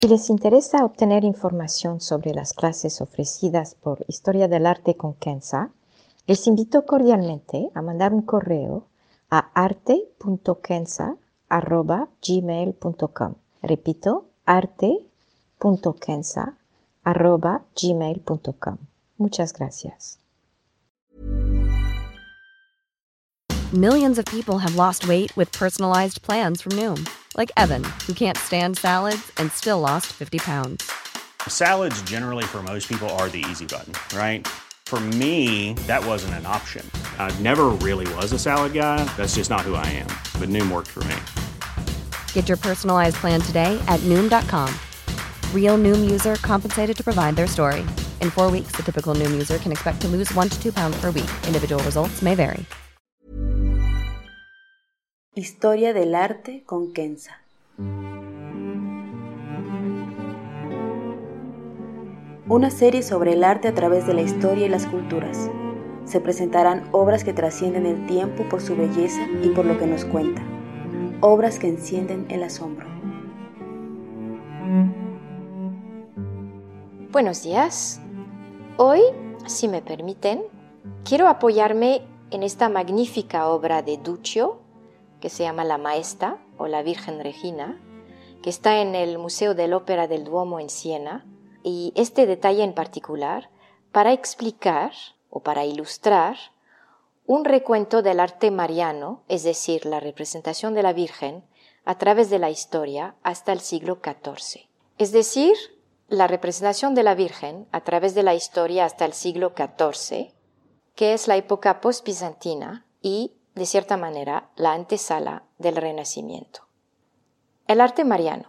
Si les interesa obtener información sobre las clases ofrecidas por Historia del Arte con Kenza, les invito cordialmente a mandar un correo a arte.kenza@gmail.com. Repito, arte.kenza@gmail.com. Muchas gracias. Millions of people have lost weight with personalized plans from Noom. Like Evan, who can't stand salads and still lost 50 pounds. Salads generally for most people are the easy button, right? For me, that wasn't an option. I never really was a salad guy. That's just not who I am. But Noom worked for me. Get your personalized plan today at Noom.com. Real Noom user compensated to provide their story. In 4 weeks, the typical Noom user can expect to lose 1 to 2 pounds per week. Individual results may vary. Historia del Arte con Kenza. Una serie sobre el arte a través de la historia y las culturas. Se presentarán obras que trascienden el tiempo por su belleza y por lo que nos cuenta. Obras que encienden el asombro. Buenos días. Hoy, si me permiten, quiero apoyarme en esta magnífica obra de Duccio, que se llama La Maesta o la Virgen Regina, que está en el Museo dell'Opera del Duomo en Siena, y este detalle en particular para explicar o para ilustrar un recuento del arte mariano, es decir, la representación de la Virgen a través de la historia hasta el siglo XIV. Es decir, la representación de la Virgen a través de la historia hasta el siglo XIV, que es la época post-bizantina y, de cierta manera, la antesala del Renacimiento. El arte mariano.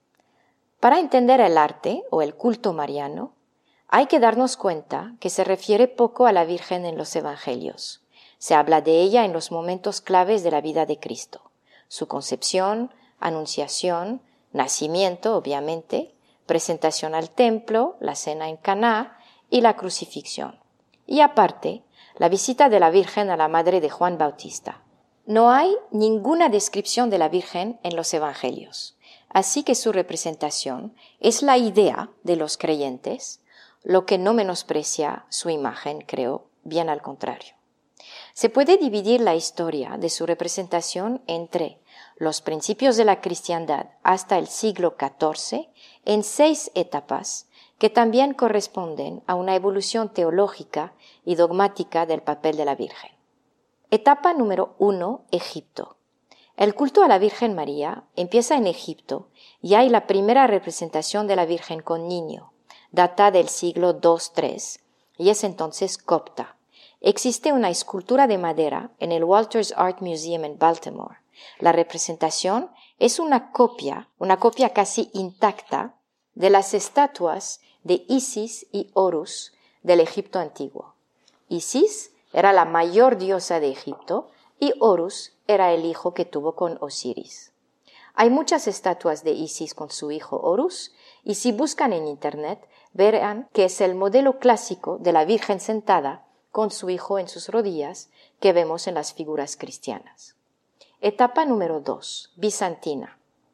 Para entender el arte o el culto mariano, hay que darnos cuenta que se refiere poco a la Virgen en los Evangelios. Se habla de ella en los momentos claves de la vida de Cristo: su concepción, anunciación, nacimiento, obviamente, presentación al templo, la cena en Caná y la crucifixión. Y aparte, la visita de la Virgen a la madre de Juan Bautista. No hay ninguna descripción de la Virgen en los Evangelios, así que su representación es la idea de los creyentes, lo que no menosprecia su imagen, creo, bien al contrario. Se puede dividir la historia de su representación entre los principios de la cristiandad hasta el siglo XIV en 6 etapas que también corresponden a una evolución teológica y dogmática del papel de la Virgen. Etapa número 1, Egipto. El culto a la Virgen María empieza en Egipto y hay la primera representación de la Virgen con niño, data del siglo II-III, y es entonces copta. Existe una escultura de madera en el Walters Art Museum en Baltimore. La representación es una copia casi intacta de las estatuas de Isis y Horus del Egipto antiguo. Isis era la mayor diosa de Egipto y Horus era el hijo que tuvo con Osiris. Hay muchas estatuas de Isis con su hijo Horus, y si buscan en internet verán que es el modelo clásico de la Virgen sentada con su hijo en sus rodillas que vemos en las figuras cristianas. Etapa número 2, bizantina.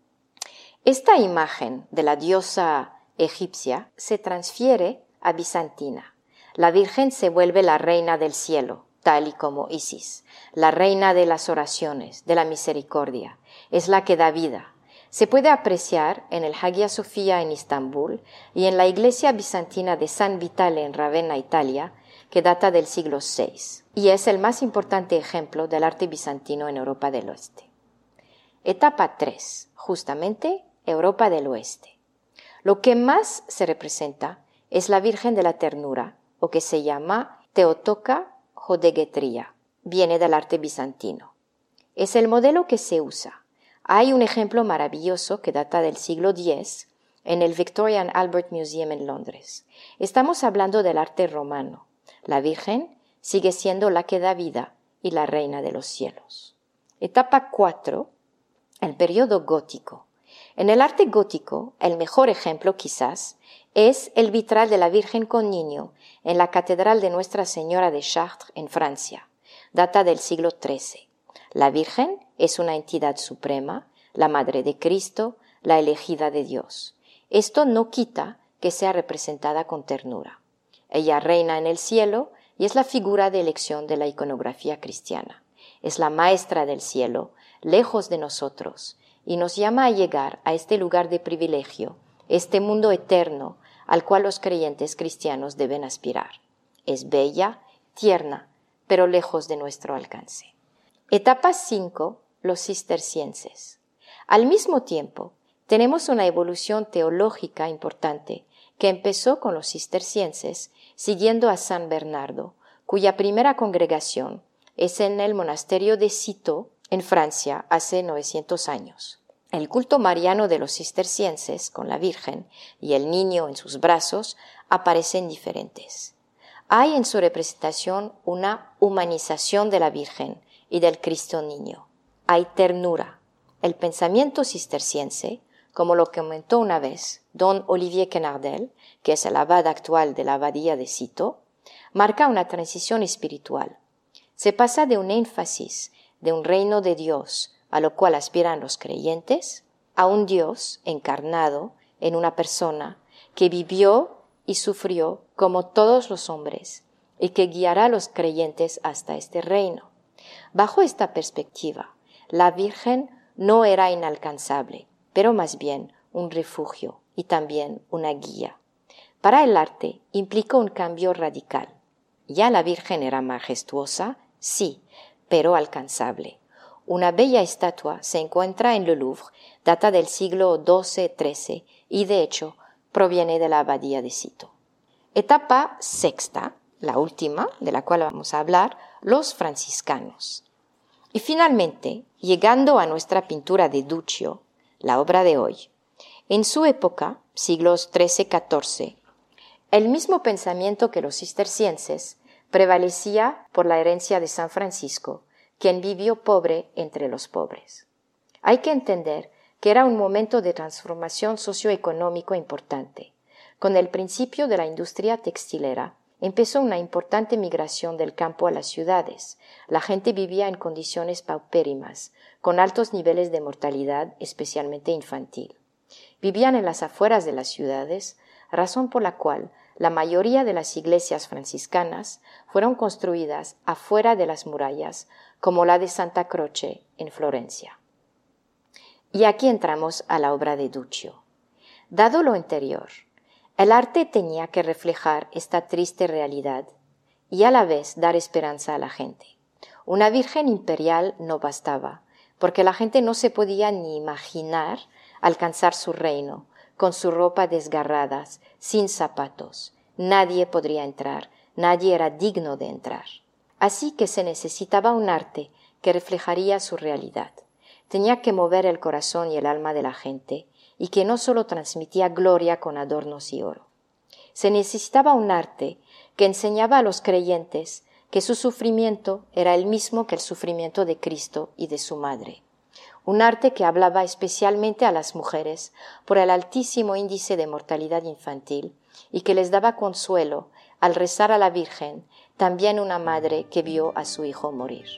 Esta imagen de la diosa egipcia se transfiere a bizantina. La Virgen se vuelve la reina del cielo, tal y como Isis, la reina de las oraciones, de la misericordia. Es la que da vida. Se puede apreciar en el Hagia Sophia en Istambul y en la iglesia bizantina de San Vitale en Ravenna, Italia, que data del siglo VI, y es el más importante ejemplo del arte bizantino en Europa del Oeste. Etapa 3, justamente Europa del Oeste. Lo que más se representa es la Virgen de la Ternura, o que se llama Theotoka Jodegetria, viene del arte bizantino. Es el modelo que se usa. Hay un ejemplo maravilloso que data del siglo X en el Victoria and Albert Museum en Londres. Estamos hablando del arte romano. La Virgen sigue siendo la que da vida y la reina de los cielos. Etapa 4, el periodo gótico. En el arte gótico, el mejor ejemplo quizás es el vitral de la Virgen con niño en la Catedral de Nuestra Señora de Chartres en Francia. Data del siglo XIII. La Virgen es una entidad suprema, la Madre de Cristo, la elegida de Dios. Esto no quita que sea representada con ternura. Ella reina en el cielo y es la figura de elección de la iconografía cristiana. Es la maestra del cielo, lejos de nosotros, y nos llama a llegar a este lugar de privilegio, este mundo eterno al cual los creyentes cristianos deben aspirar. Es bella, tierna, pero lejos de nuestro alcance. Etapa 5. Los cistercienses. Al mismo tiempo, tenemos una evolución teológica importante que empezó con los cistercienses, siguiendo a San Bernardo, cuya primera congregación es en el monasterio de Cîteaux, en Francia, hace 900 años. El culto mariano de los cistercienses, con la Virgen y el niño en sus brazos, aparecen diferentes. Hay en su representación una humanización de la Virgen y del Cristo niño. Hay ternura. El pensamiento cisterciense, como lo comentó una vez don Olivier Quenardel, que es el abad actual de la abadía de Cîteaux, marca una transición espiritual. Se pasa de un énfasis de un reino de Dios a lo cual aspiran los creyentes, a un Dios encarnado en una persona que vivió y sufrió como todos los hombres y que guiará a los creyentes hasta este reino. Bajo esta perspectiva, la Virgen no era inalcanzable, pero más bien un refugio y también una guía. Para el arte implicó un cambio radical. Ya la Virgen era majestuosa, sí, pero alcanzable. Una bella estatua se encuentra en el Louvre, data del siglo XII-XIII y de hecho proviene de la abadía de Cîteaux. Etapa 6, la última de la cual vamos a hablar, los franciscanos. Y finalmente, llegando a nuestra pintura de Duccio, la obra de hoy, en su época, siglos XIII-XIV, el mismo pensamiento que los cistercienses prevalecía por la herencia de San Francisco, quien vivió pobre entre los pobres. Hay que entender que era un momento de transformación socioeconómico importante. Con el principio de la industria textilera, empezó una importante migración del campo a las ciudades. La gente vivía en condiciones paupérrimas, con altos niveles de mortalidad, especialmente infantil. Vivían en las afueras de las ciudades, razón por la cual la mayoría de las iglesias franciscanas fueron construidas afuera de las murallas, como la de Santa Croce en Florencia. Y aquí entramos a la obra de Duccio. Dado lo anterior, el arte tenía que reflejar esta triste realidad y a la vez dar esperanza a la gente. Una virgen imperial no bastaba, porque la gente no se podía ni imaginar alcanzar su reino, con su ropa desgarradas, sin zapatos. Nadie podría entrar, nadie era digno de entrar. Así que se necesitaba un arte que reflejaría su realidad. Tenía que mover el corazón y el alma de la gente, y que no solo transmitía gloria con adornos y oro. Se necesitaba un arte que enseñaba a los creyentes que su sufrimiento era el mismo que el sufrimiento de Cristo y de su madre. Un arte que hablaba especialmente a las mujeres por el altísimo índice de mortalidad infantil y que les daba consuelo al rezar a la Virgen, también una madre que vio a su hijo morir.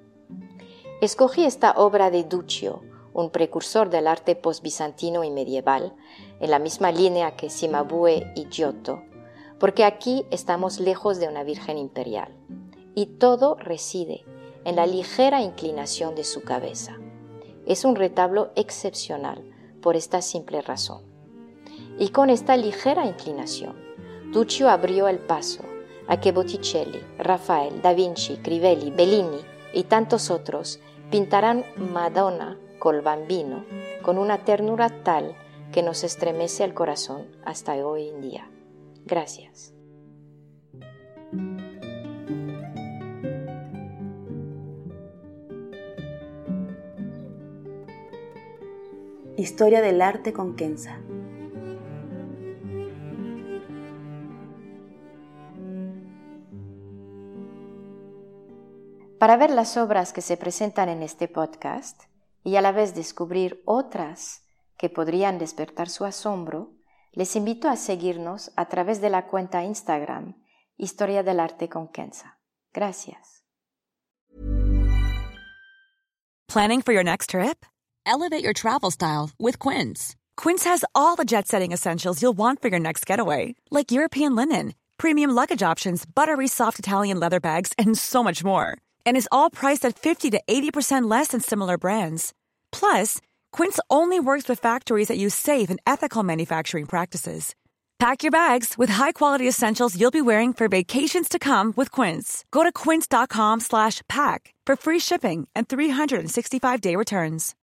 Escogí esta obra de Duccio, un precursor del arte postbizantino y medieval, en la misma línea que Cimabue y Giotto, porque aquí estamos lejos de una Virgen imperial, y todo reside en la ligera inclinación de su cabeza. Es un retablo excepcional por esta simple razón. Y con esta ligera inclinación, Duccio abrió el paso a que Botticelli, Rafael, Da Vinci, Crivelli, Bellini y tantos otros pintarán Madonna col Bambino con una ternura tal que nos estremece el corazón hasta hoy en día. Gracias. Historia del arte con Kenza. Para ver las obras que se presentan en este podcast y a la vez descubrir otras que podrían despertar su asombro, les invito a seguirnos a través de la cuenta Instagram Historia del Arte con Kenza. Gracias. Planning for your next trip? Elevate your travel style with Quince. Quince has all the jet-setting essentials you'll want for your next getaway, like European linen, premium luggage options, buttery soft Italian leather bags, and so much more. And is all priced at 50 to 80% less than similar brands. Plus, Quince only works with factories that use safe and ethical manufacturing practices. Pack your bags with high-quality essentials you'll be wearing for vacations to come with Quince. Go to quince.com/pack for free shipping and 365-day returns.